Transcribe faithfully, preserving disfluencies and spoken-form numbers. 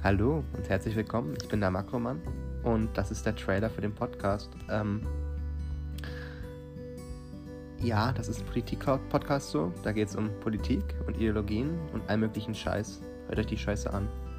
Hallo und herzlich willkommen. Ich bin der Makroman und das ist der Trailer für den Podcast. Ähm, ja, das ist ein Politik-Podcast so. Da geht es um Politik und Ideologien und all möglichen Scheiß. Hört euch die Scheiße an.